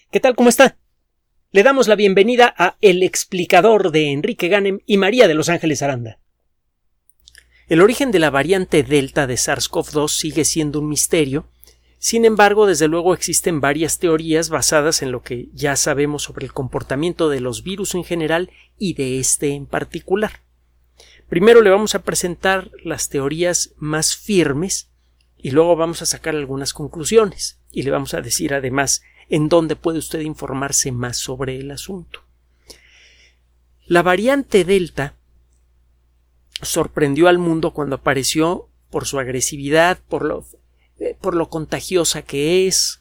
¿Qué tal? ¿Cómo está? Le damos la bienvenida a El Explicador de Enrique Ganem y María de Los Ángeles Aranda. El origen de la variante Delta de SARS-CoV-2 sigue siendo un misterio. Sin embargo, desde luego existen varias teorías basadas en lo que ya sabemos sobre el comportamiento de los virus en general y de este en particular. Primero le vamos a presentar las teorías más firmes y luego vamos a sacar algunas conclusiones y le vamos a decir además en dónde puede usted informarse más sobre el asunto. La variante Delta sorprendió al mundo cuando apareció por su agresividad, por lo contagiosa que es,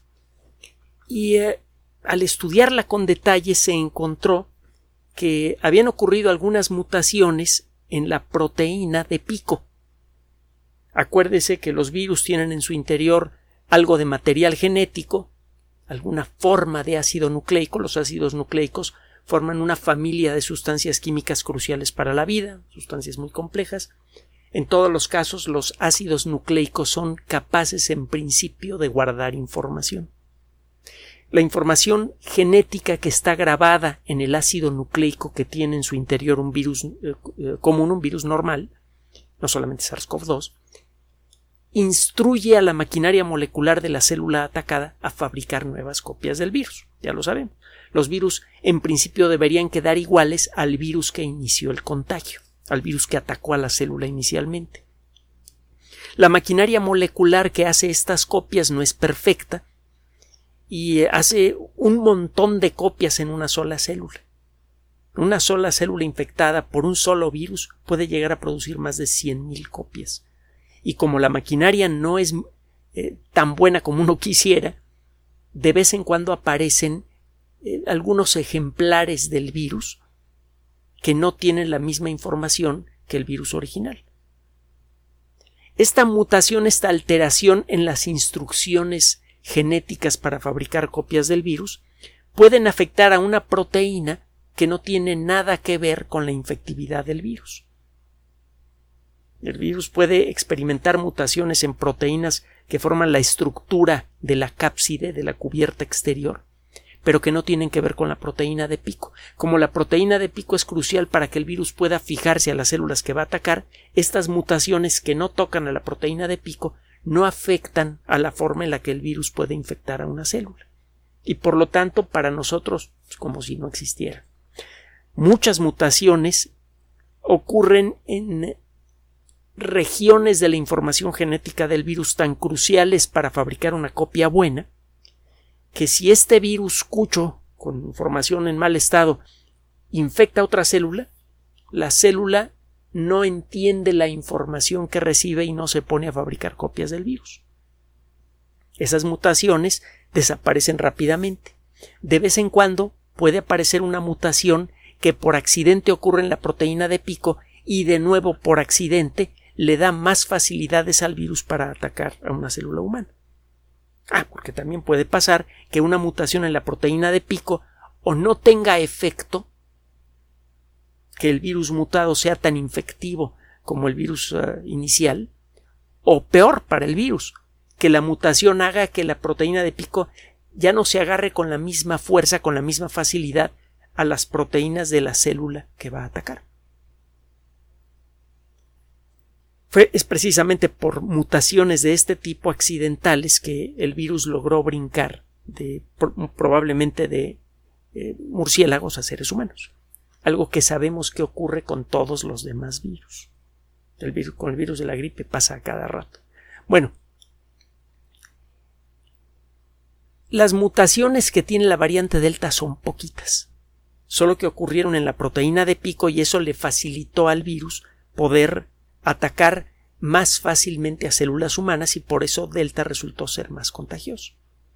y al estudiarla con detalle se encontró que habían ocurrido algunas mutaciones en la proteína de pico. Acuérdese que los virus tienen en su interior algo de material genético, alguna forma de ácido nucleico. Los ácidos nucleicos forman una familia de sustancias químicas cruciales para la vida, sustancias muy complejas. En todos los casos, los ácidos nucleicos son capaces en principio de guardar información. La información genética que está grabada en el ácido nucleico que tiene en su interior un virus común, un virus normal, no solamente SARS-CoV-2, instruye a la maquinaria molecular de la célula atacada a fabricar nuevas copias del virus. Ya lo sabemos. Los virus en principio deberían quedar iguales al virus que inició el contagio, al virus que atacó a la célula inicialmente. La maquinaria molecular que hace estas copias no es perfecta y hace un montón de copias en una sola célula. Una sola célula infectada por un solo virus puede llegar a producir más de 100,000 copias. Y como la maquinaria no es tan buena como uno quisiera, de vez en cuando aparecen algunos ejemplares del virus que no tienen la misma información que el virus original. Esta mutación, esta alteración en las instrucciones genéticas para fabricar copias del virus pueden afectar a una proteína que no tiene nada que ver con la infectividad del virus. El virus puede experimentar mutaciones en proteínas que forman la estructura de la cápside, de la cubierta exterior, pero que no tienen que ver con la proteína de pico. Como la proteína de pico es crucial para que el virus pueda fijarse a las células que va a atacar, estas mutaciones que no tocan a la proteína de pico no afectan a la forma en la que el virus puede infectar a una célula. Y por lo tanto, para nosotros, es como si no existiera. Muchas mutaciones ocurren en regiones de la información genética del virus tan cruciales para fabricar una copia buena, que si este virus cucho con información en mal estado infecta a otra célula, la célula no entiende la información que recibe y no se pone a fabricar copias del virus. Esas mutaciones desaparecen rápidamente. De vez en cuando puede aparecer una mutación que por accidente ocurre en la proteína de pico y de nuevo por accidente le da más facilidades al virus para atacar a una célula humana. Porque también puede pasar que una mutación en la proteína de pico o no tenga efecto, que el virus mutado sea tan infectivo como el virus inicial, o peor para el virus, que la mutación haga que la proteína de pico ya no se agarre con la misma fuerza, con la misma facilidad a las proteínas de la célula que va a atacar. Es precisamente por mutaciones de este tipo accidentales que el virus logró brincar probablemente de murciélagos a seres humanos. Algo que sabemos que ocurre con todos los demás virus. Con el virus de la gripe pasa a cada rato. Bueno, las mutaciones que tiene la variante Delta son poquitas. Solo que ocurrieron en la proteína de pico y eso le facilitó al virus poder atacar más fácilmente a células humanas y por eso Delta resultó ser más contagioso.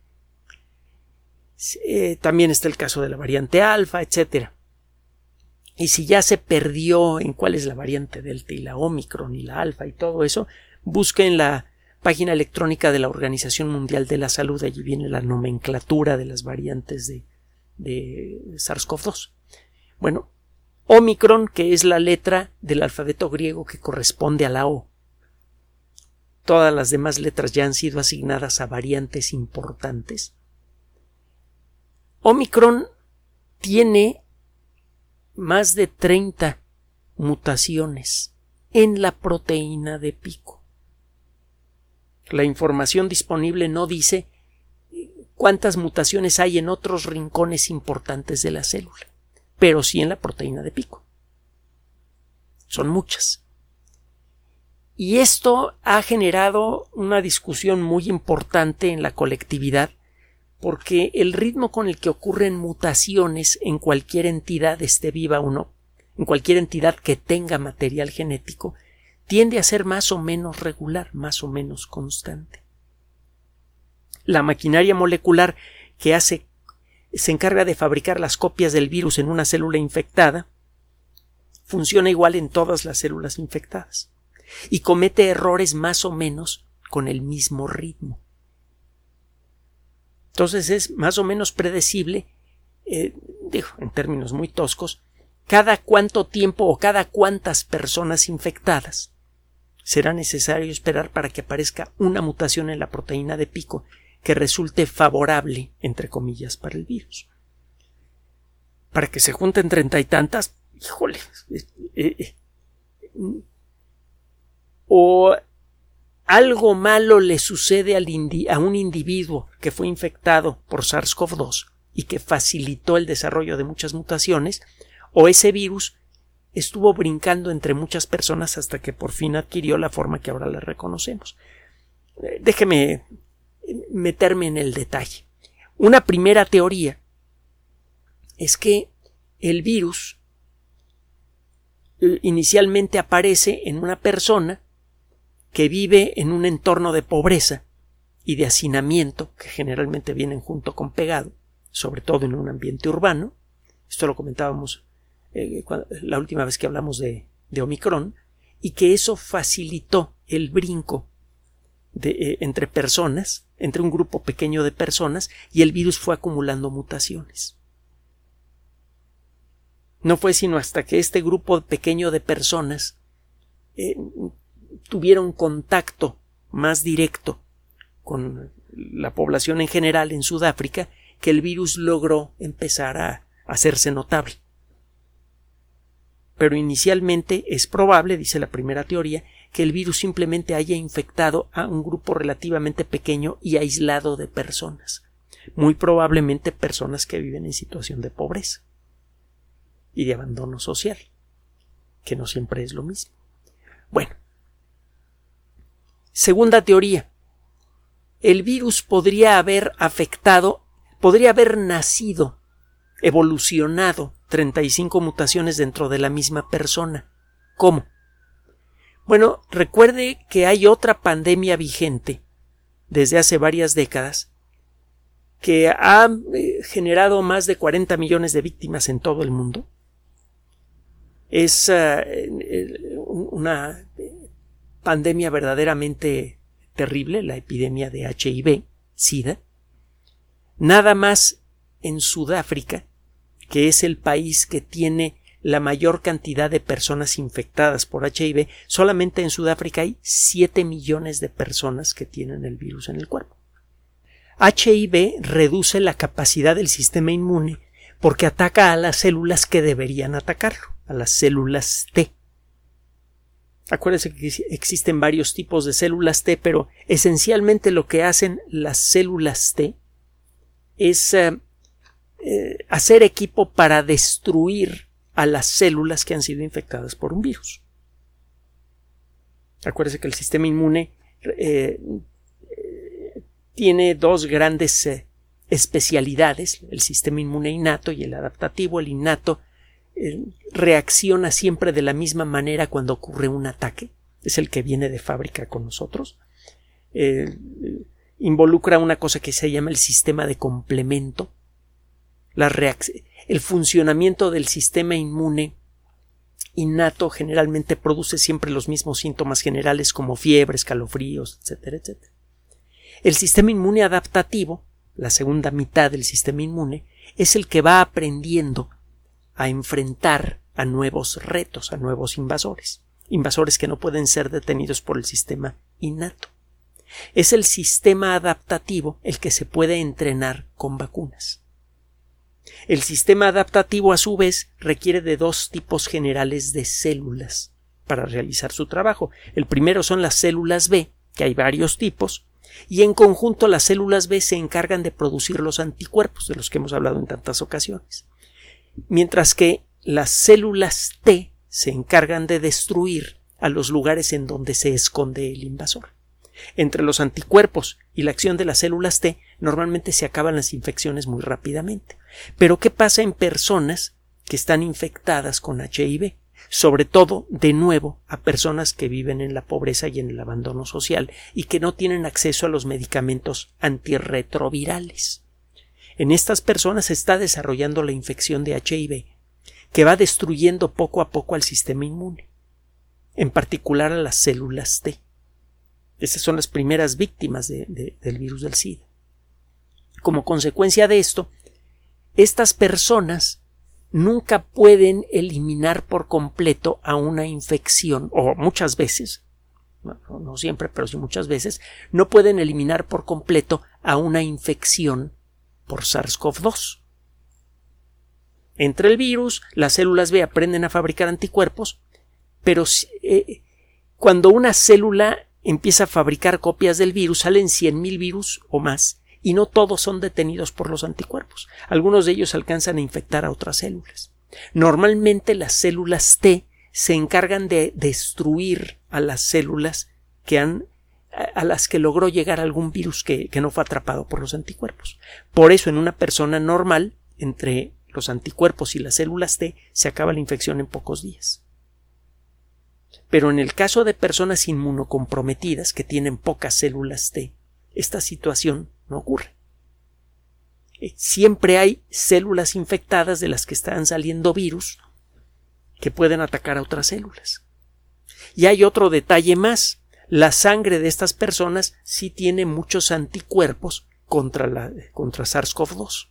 También está el caso de la variante Alfa, etc. Y si ya se perdió en cuál es la variante Delta y la Omicron y la Alfa y todo eso, busque en la página electrónica de la Organización Mundial de la Salud. Allí viene la nomenclatura de las variantes de SARS-CoV-2. Bueno, Omicron, que es la letra del alfabeto griego que corresponde a la O. Todas las demás letras ya han sido asignadas a variantes importantes. Omicron tiene más de 30 mutaciones en la proteína de pico. La información disponible no dice cuántas mutaciones hay en otros rincones importantes de la célula, pero sí en la proteína de pico. Son muchas. Y esto ha generado una discusión muy importante en la colectividad, porque el ritmo con el que ocurren mutaciones en cualquier entidad, esté viva o no, en cualquier entidad que tenga material genético, tiende a ser más o menos regular, más o menos constante. La maquinaria molecular que se encarga de fabricar las copias del virus en una célula infectada funciona igual en todas las células infectadas y comete errores más o menos con el mismo ritmo. Entonces es más o menos predecible, en términos muy toscos, cada cuánto tiempo o cada cuántas personas infectadas será necesario esperar para que aparezca una mutación en la proteína de pico que resulte favorable, entre comillas, para el virus. Para que se junten 30 y tantas, híjole, o algo malo le sucede a un individuo que fue infectado por SARS-CoV-2 y que facilitó el desarrollo de muchas mutaciones, o ese virus estuvo brincando entre muchas personas hasta que por fin adquirió la forma que ahora le reconocemos. Déjeme meterme en el detalle. Una primera teoría es que el virus inicialmente aparece en una persona que vive en un entorno de pobreza y de hacinamiento, que generalmente vienen junto con pegado, sobre todo en un ambiente urbano. Esto lo comentábamos la última vez que hablamos de Omicron, y que eso facilitó el brinco entre personas, entre un grupo pequeño de personas, y el virus fue acumulando mutaciones. No fue sino hasta que este grupo pequeño de personas tuvieron contacto más directo con la población en general en Sudáfrica que el virus logró empezar a hacerse notable. Pero inicialmente es probable, dice la primera teoría, que el virus simplemente haya infectado a un grupo relativamente pequeño y aislado de personas, muy probablemente personas que viven en situación de pobreza y de abandono social, que no siempre es lo mismo. Bueno, segunda teoría, el virus podría haber nacido, evolucionado 35 mutaciones dentro de la misma persona. ¿Cómo? Bueno, recuerde que hay otra pandemia vigente desde hace varias décadas que ha generado más de 40 millones de víctimas en todo el mundo. Es una pandemia verdaderamente terrible, la epidemia de HIV, SIDA. Nada más en Sudáfrica, que es el país que tiene la mayor cantidad de personas infectadas por HIV, solamente en Sudáfrica hay 7 millones de personas que tienen el virus en el cuerpo. HIV reduce la capacidad del sistema inmune porque ataca a las células que deberían atacarlo, a las células T. Acuérdense que existen varios tipos de células T, pero esencialmente lo que hacen las células T es hacer equipo para destruir a las células que han sido infectadas por un virus. Acuérdense que el sistema inmune tiene dos grandes especialidades, el sistema inmune innato y el adaptativo. El innato reacciona siempre de la misma manera cuando ocurre un ataque, es el que viene de fábrica con nosotros. Involucra una cosa que se llama el sistema de complemento. El funcionamiento del sistema inmune innato generalmente produce siempre los mismos síntomas generales como fiebre, escalofríos, etcétera, etcétera. El sistema inmune adaptativo, la segunda mitad del sistema inmune, es el que va aprendiendo a enfrentar a nuevos retos, a nuevos invasores que no pueden ser detenidos por el sistema innato. Es el sistema adaptativo el que se puede entrenar con vacunas. El sistema adaptativo, a su vez, requiere de dos tipos generales de células para realizar su trabajo. El primero son las células B, que hay varios tipos, y en conjunto las células B se encargan de producir los anticuerpos, de los que hemos hablado en tantas ocasiones, mientras que las células T se encargan de destruir a los lugares en donde se esconde el invasor. Entre los anticuerpos y la acción de las células T normalmente se acaban las infecciones muy rápidamente. Pero ¿qué pasa en personas que están infectadas con HIV? Sobre todo, de nuevo, a personas que viven en la pobreza y en el abandono social y que no tienen acceso a los medicamentos antirretrovirales. En estas personas se está desarrollando la infección de HIV, que va destruyendo poco a poco al sistema inmune, en particular a las células T. Estas son las primeras víctimas del virus del SIDA. Como consecuencia de esto, estas personas nunca pueden eliminar por completo a una infección, o muchas veces, no siempre, pero sí muchas veces, no pueden eliminar por completo a una infección por SARS-CoV-2. Entre el virus, las células B aprenden a fabricar anticuerpos, pero cuando una célula empieza a fabricar copias del virus, salen 100.000 virus o más, y no todos son detenidos por los anticuerpos. Algunos de ellos alcanzan a infectar a otras células. Normalmente las células T se encargan de destruir a las células a las que logró llegar algún virus que no fue atrapado por los anticuerpos. Por eso, en una persona normal, entre los anticuerpos y las células T, se acaba la infección en pocos días. Pero en el caso de personas inmunocomprometidas que tienen pocas células T, esta situación no ocurre. Siempre hay células infectadas de las que están saliendo virus que pueden atacar a otras células. Y hay otro detalle más. La sangre de estas personas sí tiene muchos anticuerpos contra SARS-CoV-2.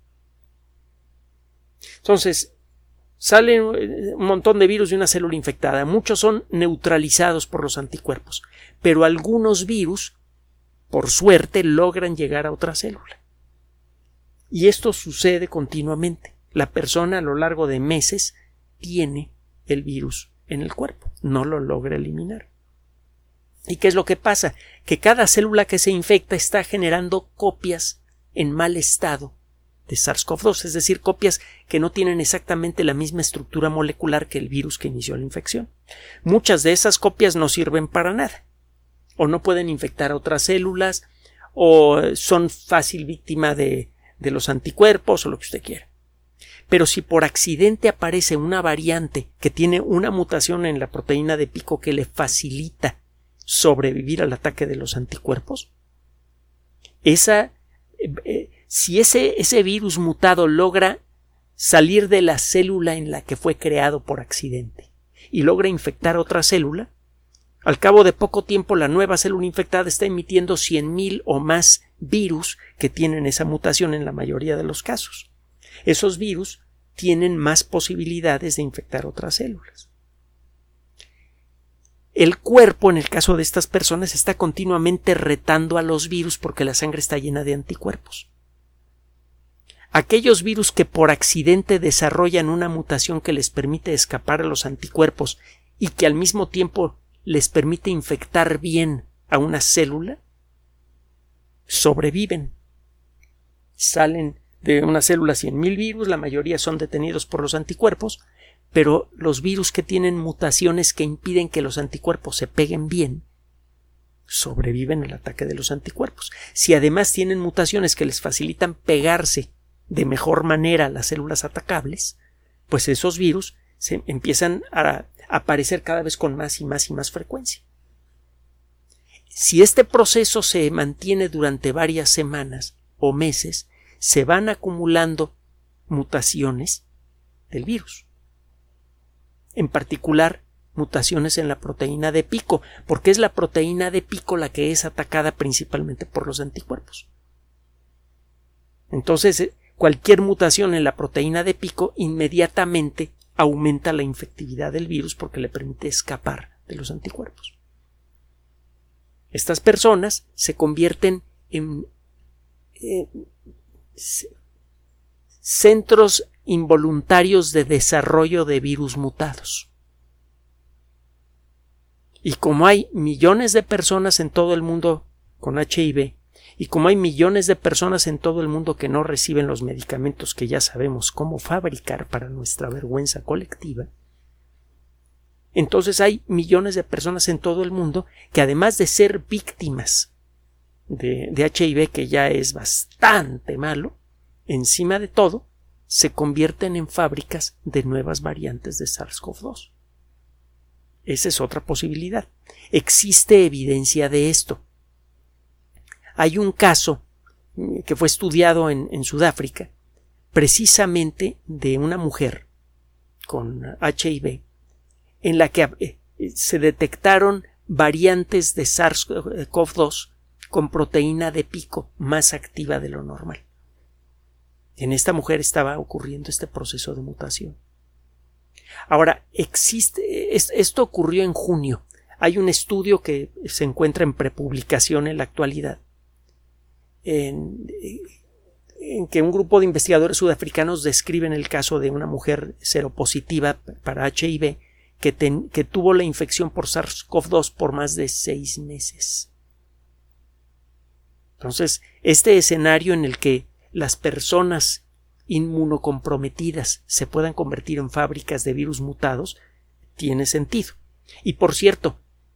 Entonces, sale un montón de virus de una célula infectada. Muchos son neutralizados por los anticuerpos, pero algunos virus, por suerte, logran llegar a otra célula. Y esto sucede continuamente. La persona a lo largo de meses tiene el virus en el cuerpo, no lo logra eliminar. ¿Y qué es lo que pasa? Que cada célula que se infecta está generando copias en mal estado de SARS-CoV-2, es decir, copias que no tienen exactamente la misma estructura molecular que el virus que inició la infección. Muchas de esas copias no sirven para nada, o no pueden infectar a otras células, o son fácil víctima de los anticuerpos, o lo que usted quiera. Pero si por accidente aparece una variante que tiene una mutación en la proteína de pico que le facilita sobrevivir al ataque de los anticuerpos, si ese virus mutado logra salir de la célula en la que fue creado por accidente y logra infectar otra célula, al cabo de poco tiempo la nueva célula infectada está emitiendo 100.000 o más virus que tienen esa mutación en la mayoría de los casos. Esos virus tienen más posibilidades de infectar otras células. El cuerpo, en el caso de estas personas, está continuamente retando a los virus porque la sangre está llena de anticuerpos. Aquellos virus que por accidente desarrollan una mutación que les permite escapar a los anticuerpos y que al mismo tiempo les permite infectar bien a una célula, sobreviven. Salen de una célula 100.000 virus, la mayoría son detenidos por los anticuerpos, pero los virus que tienen mutaciones que impiden que los anticuerpos se peguen bien sobreviven al ataque de los anticuerpos. Si además tienen mutaciones que les facilitan pegarse de mejor manera a las células atacables, pues esos virus se empiezan a aparecer cada vez con más y más y más frecuencia. Si este proceso se mantiene durante varias semanas o meses, se van acumulando mutaciones del virus. En particular, mutaciones en la proteína de pico, porque es la proteína de pico la que es atacada principalmente por los anticuerpos. Entonces, cualquier mutación en la proteína de pico inmediatamente aumenta la infectividad del virus porque le permite escapar de los anticuerpos. Estas personas se convierten centros involuntarios de desarrollo de virus mutados. Y como hay millones de personas en todo el mundo con HIV, y como hay millones de personas en todo el mundo que no reciben los medicamentos que ya sabemos cómo fabricar para nuestra vergüenza colectiva, entonces hay millones de personas en todo el mundo que, además de ser víctimas de HIV, que ya es bastante malo, encima de todo, se convierten en fábricas de nuevas variantes de SARS-CoV-2. Esa es otra posibilidad. Existe evidencia de esto. Hay un caso que fue estudiado en Sudáfrica, precisamente de una mujer con HIV, en la que se detectaron variantes de SARS-CoV-2 con proteína de pico más activa de lo normal. En esta mujer estaba ocurriendo este proceso de mutación. Ahora, esto ocurrió en junio. Hay un estudio que se encuentra en prepublicación en la actualidad, en que un grupo de investigadores sudafricanos describen el caso de una mujer seropositiva para HIV que tuvo la infección por SARS-CoV-2 por más de 6 meses. Entonces, este escenario en el que las personas inmunocomprometidas se puedan convertir en fábricas de virus mutados tiene sentido. Y por cierto,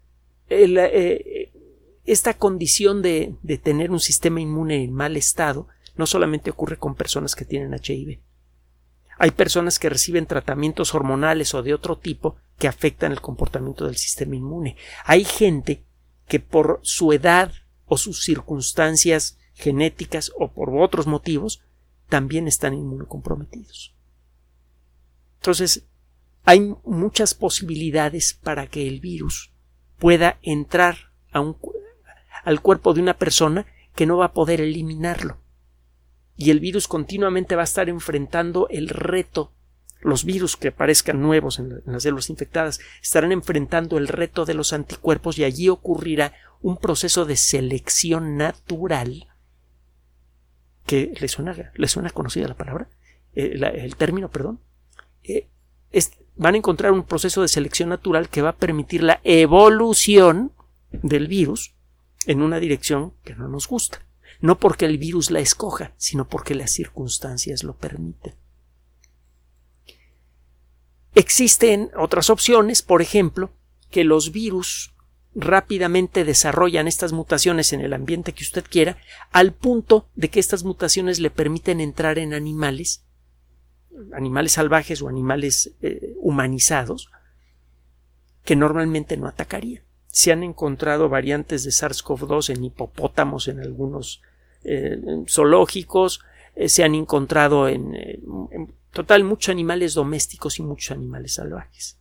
esta condición de tener un sistema inmune en mal estado no solamente ocurre con personas que tienen HIV. Hay personas que reciben tratamientos hormonales o de otro tipo que afectan el comportamiento del sistema inmune. Hay gente que por su edad o sus circunstancias genéticas o por otros motivos también están inmunocomprometidos. Entonces, hay muchas posibilidades para que el virus pueda entrar al cuerpo de una persona que no va a poder eliminarlo. Y el virus continuamente va a estar enfrentando el reto. Los virus que aparezcan nuevos en las células infectadas estarán enfrentando el reto de los anticuerpos y allí ocurrirá un proceso de selección natural. ¿Que le suena conocida la palabra? El término, perdón. Van a encontrar un proceso de selección natural que va a permitir la evolución del virus en una dirección que no nos gusta. No porque el virus la escoja, sino porque las circunstancias lo permiten. Existen otras opciones, por ejemplo, que los virus rápidamente desarrollan estas mutaciones en el ambiente que usted quiera, al punto de que estas mutaciones le permiten entrar en animales salvajes o animales humanizados que normalmente no atacarían. Se han encontrado variantes de SARS-CoV-2 en hipopótamos en algunos zoológicos, se han encontrado en total muchos animales domésticos y muchos animales salvajes.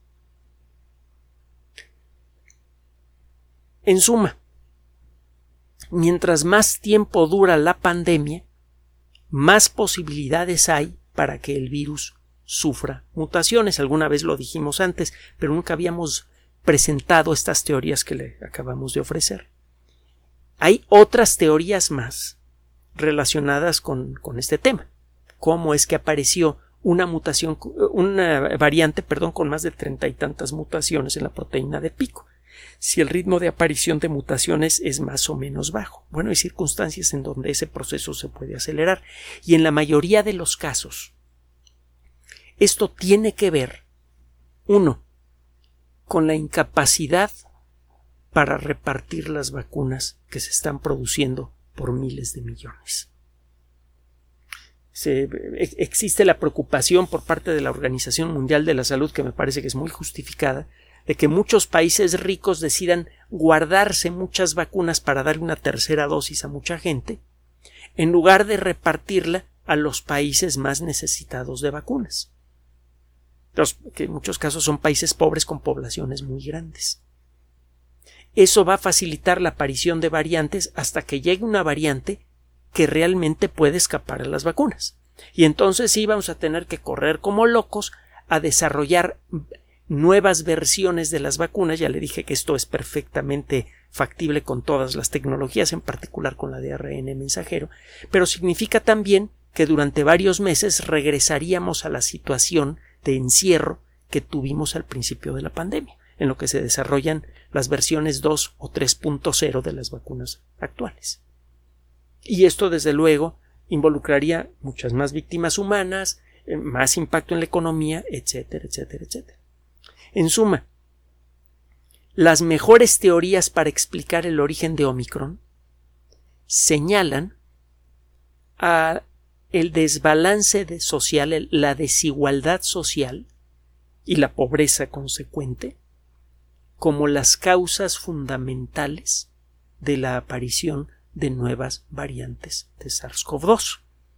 En suma, mientras más tiempo dura la pandemia, más posibilidades hay para que el virus sufra mutaciones. Alguna vez lo dijimos antes, pero nunca habíamos presentado estas teorías que le acabamos de ofrecer. Hay otras teorías más relacionadas con este tema. ¿Cómo es que apareció una variante con más de 30 y tantas mutaciones en la proteína de pico? Si el ritmo de aparición de mutaciones es más o menos bajo. Bueno, hay circunstancias en donde ese proceso se puede acelerar. Y en la mayoría de los casos, esto tiene que ver, uno, con la incapacidad para repartir las vacunas que se están produciendo por miles de millones. Existe la preocupación por parte de la Organización Mundial de la Salud, que me parece que es muy justificada, de que muchos países ricos decidan guardarse muchas vacunas para dar una tercera dosis a mucha gente, en lugar de repartirla a los países más necesitados de vacunas. Que en muchos casos son países pobres con poblaciones muy grandes. Eso va a facilitar la aparición de variantes hasta que llegue una variante que realmente puede escapar a las vacunas. Y entonces sí vamos a tener que correr como locos a desarrollar nuevas versiones de las vacunas. Ya le dije que esto es perfectamente factible con todas las tecnologías, en particular con la de ARN mensajero, pero significa también que durante varios meses regresaríamos a la situación de encierro que tuvimos al principio de la pandemia, en lo que se desarrollan las versiones 2 o 3.0 de las vacunas actuales. Y esto, desde luego, involucraría muchas más víctimas humanas, más impacto en la economía, etcétera, etcétera, etcétera. En suma, las mejores teorías para explicar el origen de Omicron señalan a el desbalance social, la desigualdad social y la pobreza consecuente como las causas fundamentales de la aparición de nuevas variantes de SARS-CoV-2.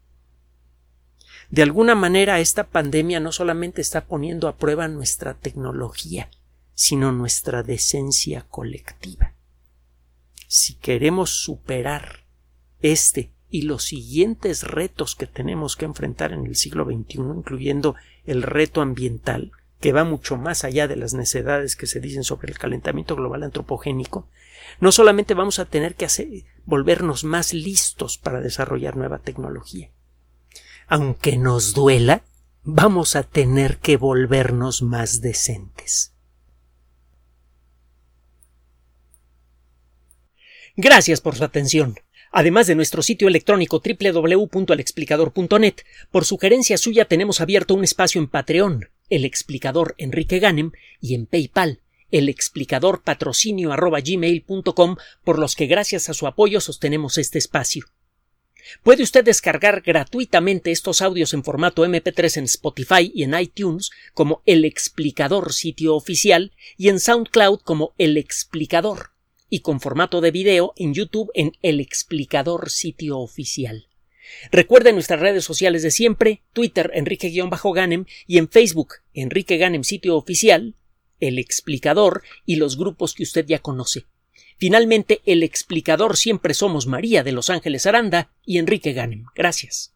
De alguna manera, esta pandemia no solamente está poniendo a prueba nuestra tecnología, sino nuestra decencia colectiva. Si queremos superar este y los siguientes retos que tenemos que enfrentar en el siglo XXI, incluyendo el reto ambiental, que va mucho más allá de las necedades que se dicen sobre el calentamiento global antropogénico, no solamente vamos a tener que volvernos más listos para desarrollar nueva tecnología. Aunque nos duela, vamos a tener que volvernos más decentes. Gracias por su atención. Además de nuestro sitio electrónico www.alexplicador.net, por sugerencia suya tenemos abierto un espacio en Patreon, El Explicador Enrique Ganem, y en PayPal, elexplicadorpatrocinio@gmail.com, por los que gracias a su apoyo sostenemos este espacio. Puede usted descargar gratuitamente estos audios en formato MP3 en Spotify y en iTunes como El Explicador sitio oficial y en SoundCloud como El Explicador, y con formato de video en YouTube en El Explicador sitio oficial. Recuerde nuestras redes sociales de siempre, Twitter Enrique-Ganem y en Facebook Enrique Ganem sitio oficial, El Explicador y los grupos que usted ya conoce. Finalmente, El Explicador siempre somos María de Los Ángeles Aranda y Enrique Ganem. Gracias.